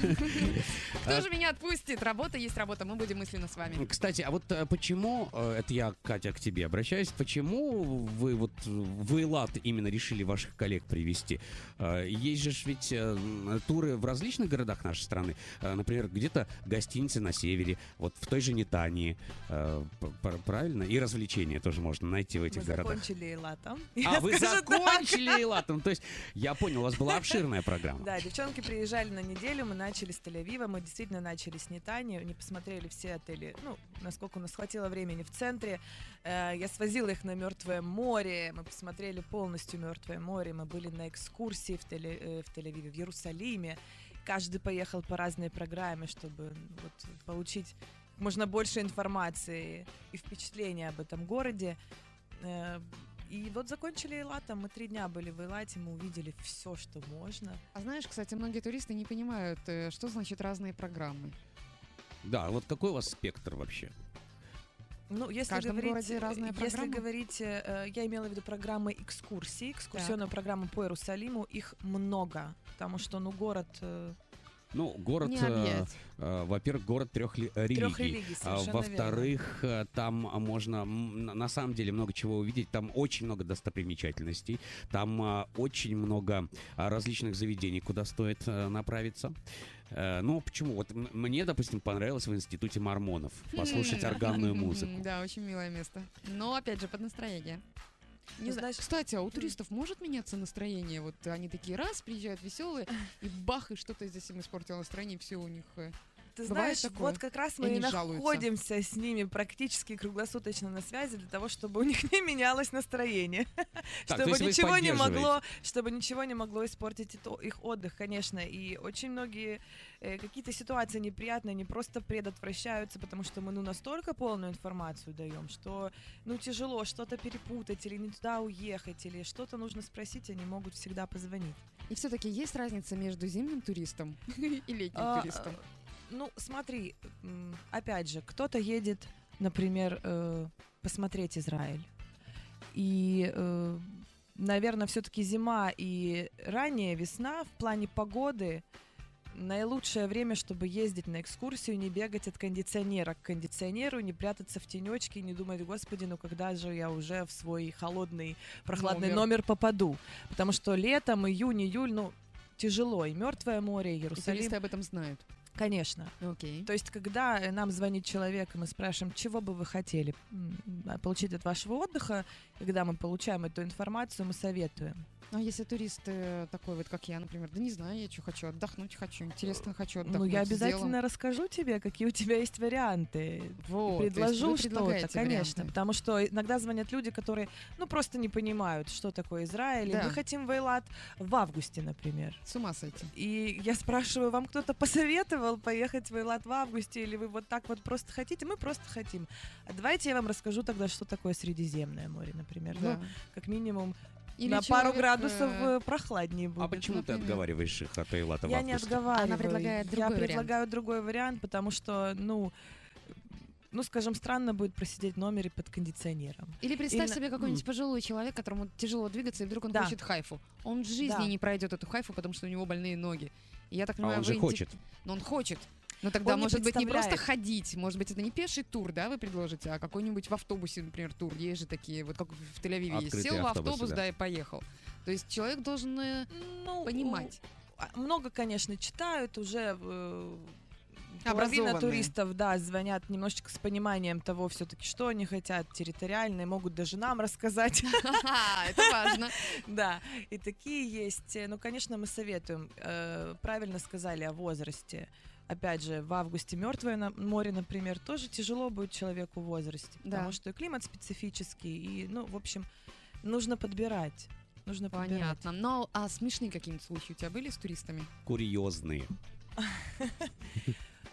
Кто же меня отпустит? Работа есть работа, мы будем мысленно с вами. Кстати, а вот почему, это я, Катя, к тебе обращаюсь, почему вы вот в Эйлат именно решили ваших коллег привезти? Есть же ведь туры в различных городах нашей страны. Например, где-то гостиницы на севере, вот в той же Нетании. Правильно? И развлечения тоже можно найти в этих Мы городах. закончили Эйлатом. Вы закончили Эйлатом. То есть, я понял, у вас была обширная программа. Да, девчонки приезжали на неделю, мы начали с Тель-Авива, мы действительно начали с Нетании, не посмотрели все отели, ну, насколько у нас хватило времени в центре. Я свозила их на Мертвое море, мы посмотрели полностью Мертвое море, мы были на экскурсии в Тель-Авиве, в Иерусалиме. Каждый поехал по разной программе, чтобы вот, получить как можно больше информации и впечатления об этом городе. И вот закончили Эйлатом, мы 3 дня были в Эйлате, мы увидели все, что можно. А знаешь, кстати, многие туристы не понимают, что значит разные программы. Да, вот какой у вас спектр вообще? Ну, В если каждом говорить, городе разная если программа? говорить, я имела в виду программы экскурсий, экскурсионную программу по Иерусалиму, их много, потому что, ну, город... Ну, город, Не объять. во-первых, город 3 религий. религий, совершенно Во-вторых, там можно на самом деле много чего увидеть. Там очень много достопримечательностей. Там очень много различных заведений, куда стоит направиться. Ну, почему? Вот мне, допустим, понравилось в Институте мормонов послушать органную музыку. Да, очень милое место. Но, опять же, под настроение. Не Ну, знаю. знаешь, Кстати, а у туристов может меняться настроение? Вот они такие раз приезжают веселые, и бах, и что-то здесь им испортило настроение, и все у них... Ты Бывает знаешь, такое? вот как раз И мы и они жалуются. находимся с ними практически круглосуточно на связи для того, чтобы у них не менялось настроение. Так, то Чтобы есть вы их ничего не поддерживаете? могло испортить их отдых, конечно. И очень многие какие-то ситуации неприятные, они просто предотвращаются, потому что мы настолько полную информацию даем, что тяжело что-то перепутать или не туда уехать, или что-то нужно спросить, они могут всегда позвонить. И все-таки есть разница между зимним туристом и летним туристом? Ну, смотри, опять же, кто-то едет, например, посмотреть Израиль. И, наверное, все-таки зима и ранняя весна в плане погоды наилучшее время, чтобы ездить на экскурсию, не бегать от кондиционера к кондиционеру, не прятаться в тенечке, не думать, господи, когда же я уже в свой холодный, прохладный номер попаду. Потому что летом, июнь, июль, тяжело. И Мертвое море, и И Иерусалим. туристы об этом знают. Конечно. Окей. То есть, когда нам звонит человек, и мы спрашиваем, чего бы вы хотели получить от вашего отдыха, когда мы получаем эту информацию, мы советуем. Ну, а если турист такой вот, как я, например, да не знаю, я что хочу, отдохнуть хочу, интересно хочу отдохнуть. Я с обязательно делом. расскажу тебе, какие у тебя есть варианты. Вот, Предложу то есть вы что-то, предлагаете конечно. варианты. Потому что иногда звонят люди, которые, просто не понимают, что такое Израиль. И Да. мы хотим в Эйлат в августе, например. С ума сойти. И я спрашиваю, вам кто-то посоветовал поехать в Эйлат в августе, или вы вот так вот просто хотите? Мы просто хотим. А давайте я вам расскажу тогда, что такое Средиземное море, например. Да. Как минимум Или на пару человек, градусов прохладнее будет. А почему ты например. отговариваешь их от Эйлата в Я не августе? отговариваю. Она предлагает другой Я вариант. предлагаю другой вариант, потому что, скажем, странно будет просидеть в номере под кондиционером. Или представь Или- себе какой-нибудь пожилой человек, которому тяжело двигаться, и вдруг он Да. хочет хайфу. Он в жизни Да. не пройдет эту хайфу, потому что у него больные ноги. И я так А понимаю, он же вы хочет. Но он хочет. Но тогда, Он не может быть, не просто представляет. ходить, может быть, это не пеший тур, да, вы предложите, а какой-нибудь в автобусе, например, тур. Есть же такие, вот как в Тель-Авиве есть. Открытые Сел в автобусы, автобус, да. да, и поехал. То есть человек должен понимать. Много, конечно, читают уже. Половина Образованные. туристов, звонят немножечко с пониманием того все-таки, что они хотят, территориальные, могут даже нам рассказать. Это важно. Да, и такие есть. Конечно, мы советуем. Правильно сказали о возрасте. Опять же, в августе Мертвое море, например, тоже тяжело будет человеку в возрасте, Да. потому что и климат специфический, и, в общем, нужно подбирать. Нужно подбирать. Понятно. Но а смешные какие-нибудь случаи у тебя были с туристами? Курьезные.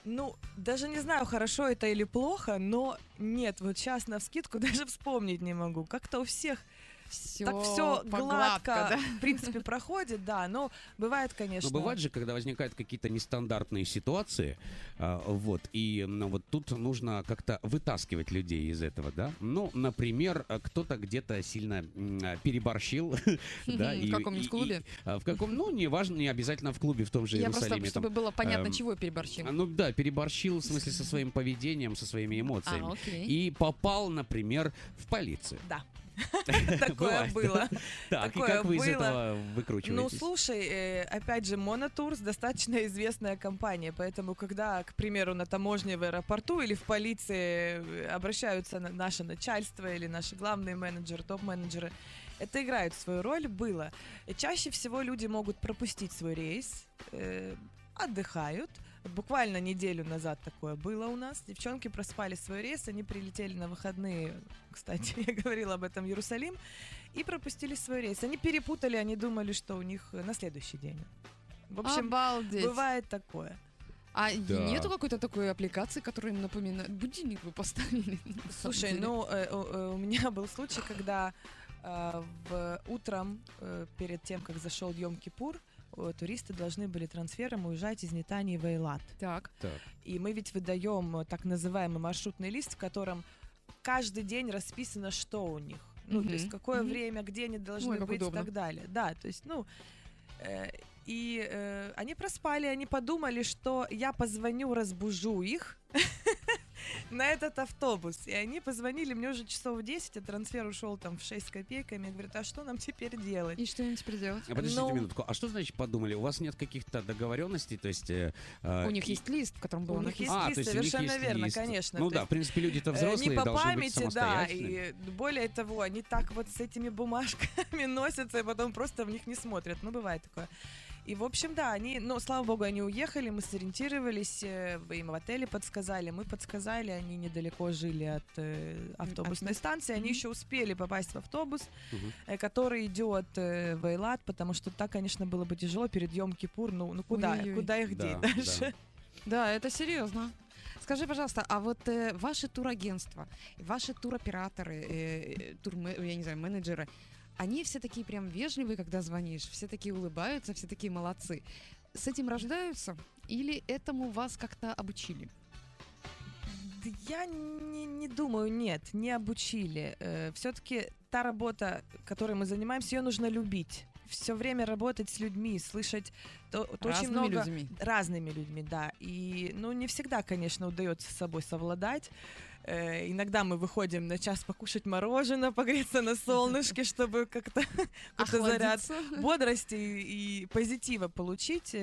Ну, даже не знаю, хорошо это или плохо, но нет, вот сейчас навскидку даже вспомнить не могу. Как-то у всех так все гладко, да? в принципе, проходит, да, но бывает, конечно. Но бывает же, когда возникают какие-то нестандартные ситуации, вот, и вот тут нужно как-то вытаскивать людей из этого, да? Ну, например, кто-то где-то сильно переборщил, да? В каком-нибудь клубе? В каком, ну, неважно, не обязательно в клубе, в том же Я Иерусалиме. просто, чтобы было понятно, чего переборщил. Ну да, переборщил, в смысле, со своим поведением, со своими эмоциями. Окей. И попал, например, в полицию. Да. Такое было. Так, и как вы из этого выкручиваетесь? Ну, слушай, опять же, Монотурс достаточно известная компания, поэтому, когда, к примеру, на таможне в аэропорту или в полиции обращаются наше начальство или наши главные менеджеры, топ-менеджеры, это играет свою роль, было. И чаще всего люди могут пропустить свой рейс, отдыхают. Буквально неделю назад такое было у нас. Девчонки проспали свой рейс, они прилетели на выходные, кстати, я говорила об этом, в Иерусалим, и пропустили свой рейс. Они перепутали, они думали, что у них на следующий день. В общем, Обалдеть. бывает такое. А Да. нету какой-то такой аппликации, которая им напоминает? Будильник вы поставили? на самом Слушай, деле? ну, у меня был случай, когда утром, перед тем, как зашел Йом-Кипур, туристы должны были трансфером уезжать из Нетании в Эйлат. Так. И мы ведь выдаем так называемый маршрутный лист, в котором каждый день расписано, что у них. Ну, то есть какое время, где они должны Ой, как быть удобно. и так далее. Да, то есть, ну... они проспали, они подумали, что я позвоню, разбужу их на этот автобус. И они позвонили, мне уже часов в 10, а трансфер ушел там в 6 с копейками. Я говорю, а что нам теперь делать? И что им теперь делать? Подождите минутку, а что значит подумали? У вас нет каких-то договоренностей, то есть... У них есть лист, в котором было У них написано. есть лист, то есть у них совершенно есть верно, лист. конечно. Ну То да, есть, в принципе, люди-то взрослые, не по должны быть памяти, да, самостоятельными. и более того, они так вот с этими бумажками носятся, и потом просто в них не смотрят. Ну, бывает такое. И, в общем, да, они, ну, слава богу, они уехали, мы сориентировались, им в отеле подсказали, мы подсказали, они недалеко жили от автобусной станции, они еще успели попасть в автобус, который идет в Эйлат, потому что так, конечно, было бы тяжело перед Йом-Кипур, ну куда, Ой-ой-ой. куда их деть дальше? Да, это серьезно. Скажи, пожалуйста, а вот ваши турагентства, ваши туроператоры, я не знаю, менеджеры, они все такие прям вежливые, когда звонишь, все такие улыбаются, все такие молодцы. С этим рождаются или этому вас как-то обучили? Да я не думаю, нет, не обучили. Все-таки та работа, которой мы занимаемся, ее нужно любить. Все время работать с людьми, слышать очень много людьми. разными людьми, да. И, ну, не всегда, конечно, удается с собой совладать. Иногда мы выходим на час покушать мороженое, погреться на солнышке, чтобы как-то какой-то заряд бодрости и позитива получить.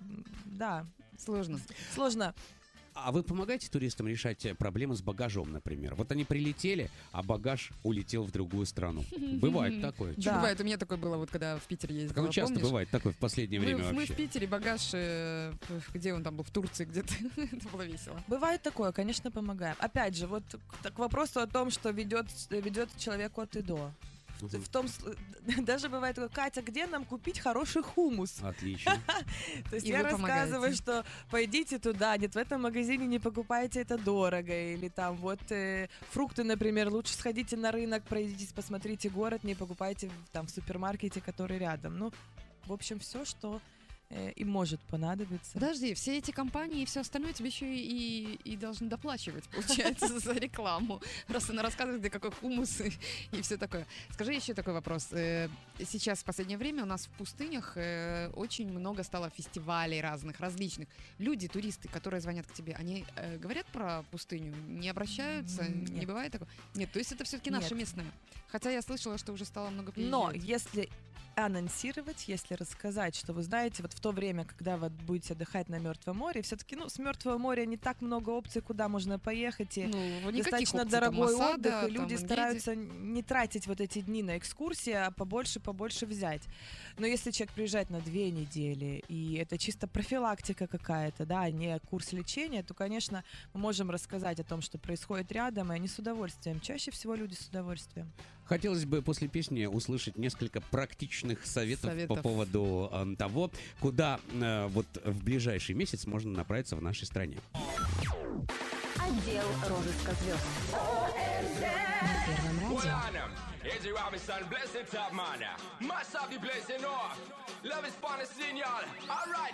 Да. Сложно. Сложно. А вы помогаете туристам решать проблемы с багажом, например? Вот они прилетели, а багаж улетел в другую страну. Бывает такое? Да. Бывает, у меня такое было, вот когда в Питер ездила. Так оно часто помнишь? бывает такое в последнее время Мы вообще. в Питере, багаж, где он там был, в Турции где-то. Это было весело. Бывает такое, конечно, помогаем. Опять же, вот к вопросу о том, что ведет человеку от и до. В том, даже бывает такое, Катя, где нам купить хороший хумус? Отлично. То есть И я вы рассказываю, помогаете. что пойдите туда, нет, в этом магазине не покупайте, это дорого. Или там вот фрукты, например, лучше сходите на рынок, пройдитесь, посмотрите город, не покупайте там в супермаркете, который рядом. Ну, в общем, все, что им может понадобиться. Подожди, все эти компании и все остальное тебе еще и должны доплачивать, получается, за рекламу. Просто она рассказывает, где какой хумус и все такое. Скажи еще такой вопрос. Сейчас в последнее время у нас в пустынях очень много стало фестивалей разных, различных. Люди, туристы, которые звонят к тебе, они говорят про пустыню? Не обращаются? Нет. Не бывает такого? Нет, то есть это все-таки наше Нет. местное. Хотя я слышала, что уже стало много приезжать. Но если анонсировать, если рассказать, что вы знаете, вот в то время, когда вы будете отдыхать на Мертвом море, все-таки, ну, с Мертвого моря не так много опций, куда можно поехать, и никаких достаточно опций, там дорогой Масада, отдых, и там люди Энгеди. стараются не тратить вот эти дни на экскурсии, а побольше взять. Но если человек приезжает на 2 недели, и это чисто профилактика какая-то, да, а не курс лечения, то, конечно, мы можем рассказать о том, что происходит рядом, и они с удовольствием. Чаще всего люди с удовольствием. Хотелось бы после песни услышать несколько практичных советов по поводу того, куда вот в ближайший месяц можно направиться в нашей стране. Отдел розыска звезд. На Первом радио. Eddie Robinson, blessed top man. Must have the place, you know. Love is fun, signal. All right.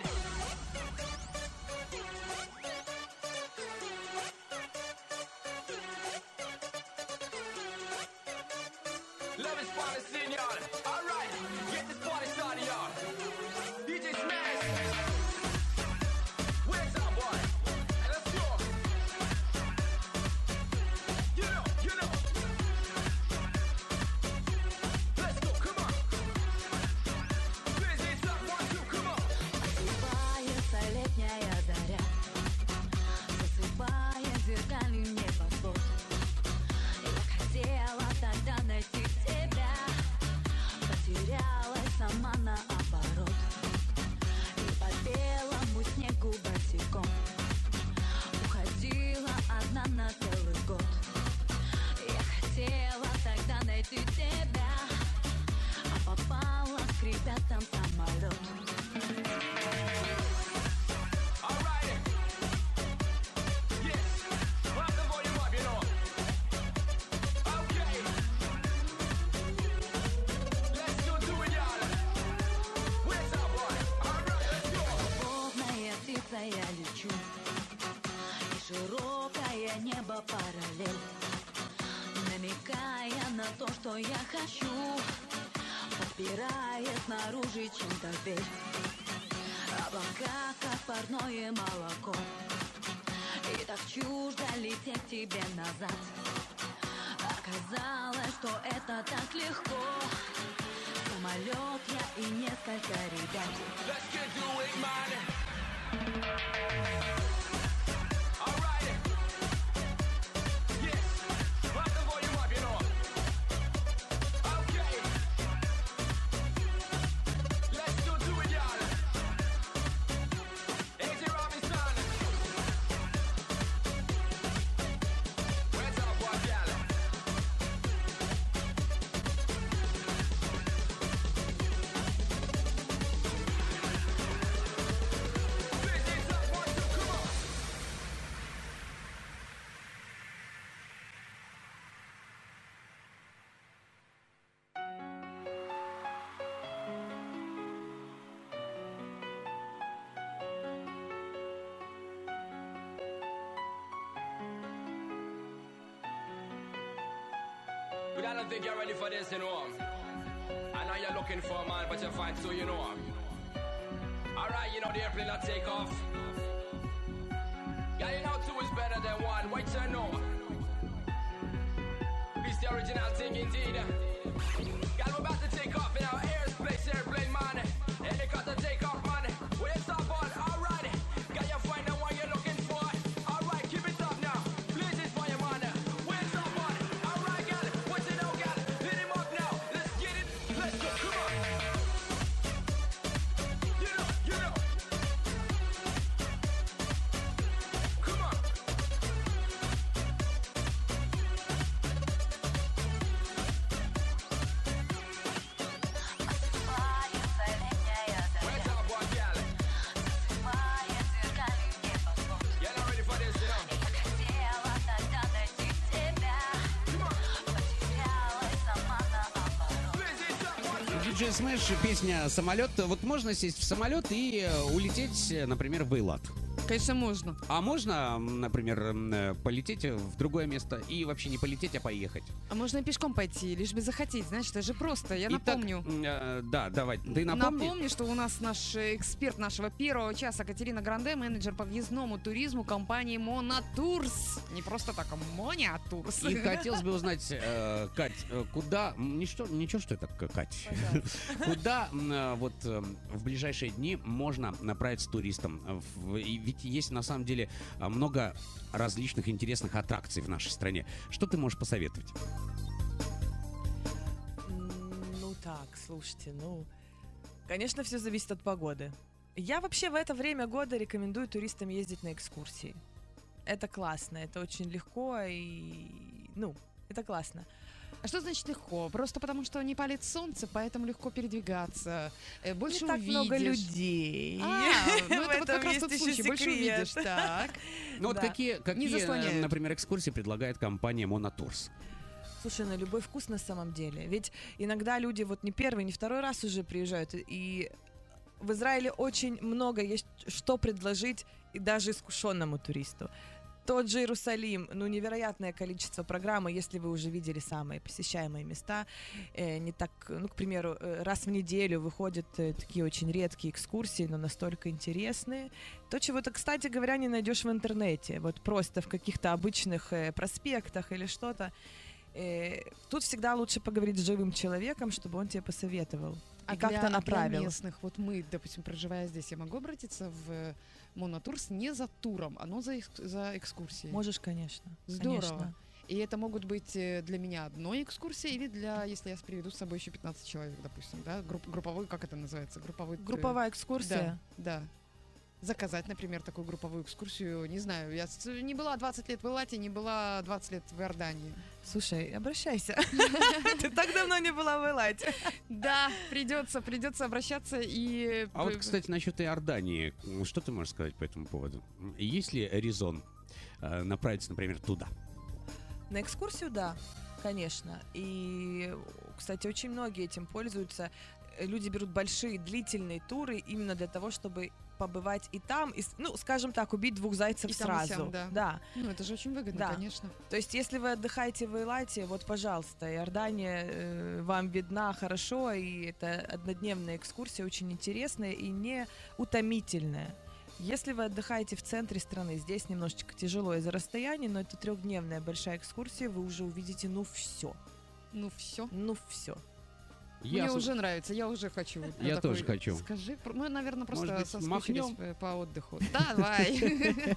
Love is fun, signal. All right. Get this party started, y'all. DJ Smash. Where's up, boy? Let's go. You know. Let's go, come on. Busy, it's up, 1, 2, come on. Засыпается летняя заря, засыпает зеркальный небосвод. Я хотела тогда найти тебя, потерялась сама наоборот. И по белому снегу босиком уходила одна на целый год. Я хотела тогда найти тебя, а попала, скрипят там самолет. Любовная птица, я лечу, и широкое небо параллель, намекая на то, что я хочу, подпирает снаружи чем-то дверь. Облака, как парное молоко, и так чуждо лететь тебе назад. Оказалось, что это так легко. Самолет я и несколько ребят. Let's get to it, man. All right. Yes. Rock the volume up, you know. Okay. Let's go do it, y'all. Eddie Robinson. Where's up, boy, y'all? But I don't think you're ready for this, you know. I know you're looking for a man, but you're fine too, you know. Alright, you know the airplane will take off. Yeah, you know two is better than one. Wait till you know. It's the original thing indeed. Yeah, we're about to take off in our airspace airplane, man. Helicopter take off, man. We're stop on, alright. Got you find the one you're looking for. Alright, keep it up now. Please, it's for you, man. We're stop on. Alright, gal. What's it now, gal? Hit him up now. Let's get it. Let's go. Come on. You know. Come on. Where's up, boy, gal? You're not ready for this, you know. Диджей Смэш, песня «Самолет». Вот можно сесть в самолет и улететь, например, в Эйлат? Конечно, можно. А можно, например, полететь в другое место и вообще не полететь, а поехать? А можно и пешком пойти, лишь бы захотеть. Знаешь, это же просто. Я Итак, напомню. Да, давай, ты напомни. Напомню, что у нас наш эксперт нашего первого часа Катерина Гранде, менеджер по въездному туризму компании Монатурс. Не просто так, а Монатурс. И хотелось бы узнать, Кать, куда... Ничего, что это, Кать? Куда вот в ближайшие дни можно направиться туристам? Ведь есть на самом деле много различных интересных аттракций в нашей стране. Что ты можешь посоветовать? Ну так, слушайте, конечно, все зависит от погоды. Я вообще в это время года рекомендую туристам ездить на экскурсии. Это классно, это очень легко и, это классно. А что значит легко? Просто потому, что не палит солнце, поэтому легко передвигаться. Больше Не так увидишь. много людей. Ну В это вот этом как раз есть тот еще случай. Больше секрет. увидишь. Так. Ну вот Да. какие, Не заслоняют. например, экскурсии предлагает компания Monotours? Слушай, на любой вкус на самом деле. Ведь иногда люди вот не первый, не второй раз уже приезжают. И в Израиле очень много есть что предложить и даже искушенному туристу. Тот же Иерусалим, ну, невероятное количество программ, если вы уже видели самые посещаемые места, не так, ну, к примеру, раз в неделю выходят такие очень редкие экскурсии, но настолько интересные. То, чего ты, кстати говоря, не найдешь в интернете, вот просто в каких-то обычных проспектах или что-то. Тут всегда лучше поговорить с живым человеком, чтобы он тебе посоветовал и как-то направил. Для местных, вот мы, допустим, проживая здесь, я могу обратиться в Monotours не за туром, но за экскурсией? Можешь, конечно. Здорово. Конечно. И это могут быть для меня одной экскурсией или для, если я приведу с собой еще 15 человек, допустим, да? Групповой, как это называется? Групповая экскурсия? Да. Заказать, например, такую групповую экскурсию. Не знаю, я не была 20 лет в Элате, не была 20 лет в Иордании. Слушай, обращайся. Ты так давно не была в Элате. Да, придется обращаться и... А вот, кстати, насчет Иордании, что ты можешь сказать по этому поводу? Есть ли резон направиться, например, туда? На экскурсию, да, конечно. И, кстати, очень многие этим пользуются. Люди берут большие длительные туры именно для того, чтобы побывать и там, и, ну, скажем так, убить двух зайцев И там, и сразу. сям, да. Да. Ну, это же очень выгодно, Да. конечно. То есть, если вы отдыхаете в Эйлате, вот, пожалуйста, Иордания вам видна хорошо, и это однодневная экскурсия, очень интересная и не утомительная. Если вы отдыхаете в центре страны, здесь немножечко тяжело из-за расстояния, но это 3-дневная большая экскурсия, вы уже увидите, ну, все. Ну, все. Ну, все. Мне уже нравится, я уже хочу. Я такой, тоже хочу. Скажи, мы, наверное, просто Может быть, соскучились махнем? по отдыху. Давай.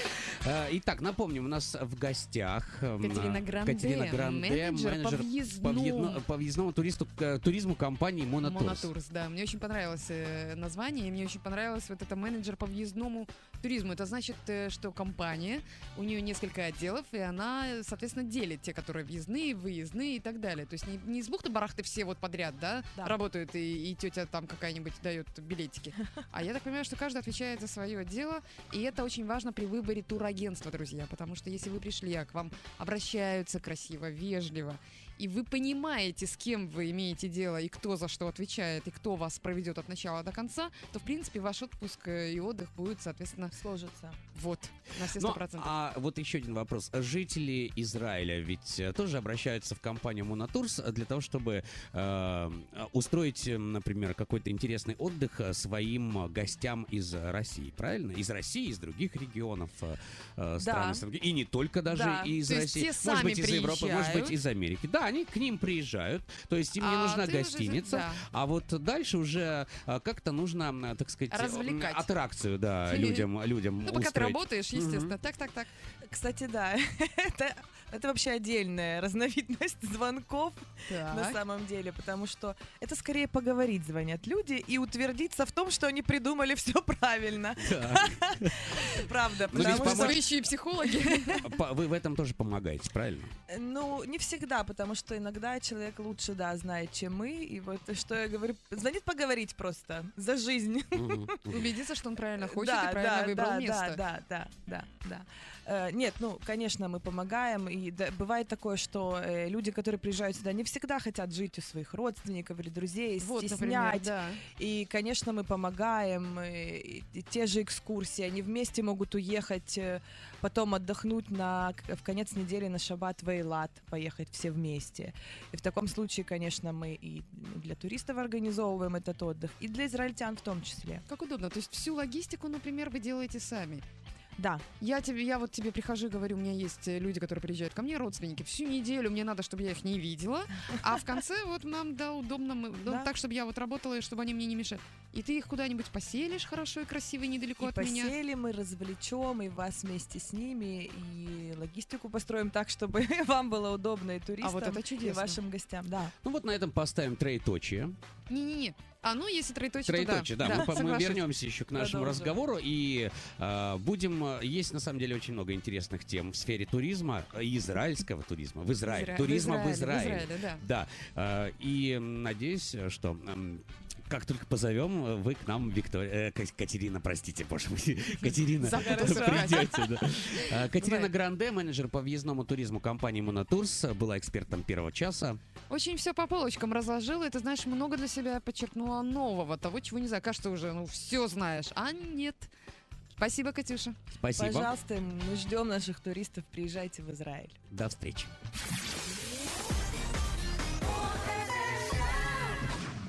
Итак, напомним, у нас в гостях Катерина Гранде, менеджер по въездному туризму компании Monotours. Monotours, да. Мне очень понравилось название, и мне очень понравилось вот это менеджер по въездному туризму. Это значит, что компания, у нее несколько отделов, и она, соответственно, делит те, которые въездные, выездные и так далее. То есть не из бухты-барахты все вот подряд, да, работают, и тетя там какая-нибудь дает билетики. А я так понимаю, что каждый отвечает за свое дело, и это очень важно при выборе турагентства, друзья, потому что если вы пришли, а к вам обращаются красиво, вежливо, и вы понимаете, с кем вы имеете дело, и кто за что отвечает, и кто вас проведет от начала до конца, то, в принципе, ваш отпуск и отдых будет, соответственно, сложится. Вот, на все Ну, 100%. а вот еще один вопрос. Жители Израиля ведь тоже обращаются в компанию Monotours для того, чтобы устроить, например, какой-то интересный отдых своим гостям из России, правильно? Из России, из других регионов стран. И не только даже из То есть России. те Может сами быть, из Европы, может быть, приезжают. из Америки. Да, они к ним приезжают, то есть им не А нужна ты уже гостиница, да. а вот дальше уже как-то нужно, так сказать, Развлекать. аттракцию, да, людям Ну, пока ты устроить. работаешь, естественно. Так. Кстати, да, это вообще отдельная разновидность звонков Так. на самом деле, потому что это скорее поговорить звонят люди и утвердиться в том, что они придумали все правильно. Правда, Ну, ведь, потому что... по-моему, Еще и психологи. Вы в этом тоже помогаете, правильно? Ну, не всегда, потому что иногда человек лучше, да, знает, чем мы. И вот что я говорю, звонит поговорить просто за жизнь. Убедиться, что он правильно хочет Да, и правильно да, выбрал да, место. Да. Нет, ну, конечно, мы помогаем. И бывает такое, что люди, которые приезжают сюда, не всегда хотят жить у своих родственников или друзей, Вот, например, стеснять. да. И, конечно, мы помогаем. И те же экскурсии, они вместе могут уехать, потом отдохнуть в конец недели на шаббат в Эйлат, поехать все вместе. И в таком случае, конечно, мы и для туристов организовываем этот отдых, и для израильтян в том числе. Как удобно. То есть всю логистику, например, вы делаете сами. Да. Я вот тебе прихожу и говорю, у меня есть люди, которые приезжают ко мне, родственники, всю неделю мне надо, чтобы я их не видела, а в конце вот нам, да, удобно, так, чтобы я вот работала, и чтобы они мне не мешали. И ты их куда-нибудь поселишь хорошо и красиво, и недалеко от меня. Поселим, и развлечем, и вас вместе с ними, и логистику построим так, чтобы вам было удобно и туристам, вот это и чудесно. вашим гостям. Да. Ну вот на этом поставим троеточие. Не-не-не. Если троеточие, Троеточие, то да. Мы соглашусь. вернемся еще к нашему разговору и будем... Есть, на самом деле, очень много интересных тем в сфере туризма, израильского туризма, в Израиле. Туризма в Израиле. Да. И надеюсь, что... Как только позовем, вы к нам, Катерина, простите, боже мой, Катерина, придете. Да. Катерина Гранде, менеджер по въездному туризму компании «Монотурс», была экспертом первого часа. Очень все по полочкам разложила, и ты знаешь, много для себя подчеркнула нового, того, чего не знаю. Кажется, уже все знаешь, а нет. Спасибо, Катюша. Спасибо. Пожалуйста, мы ждем наших туристов, приезжайте в Израиль. До встречи.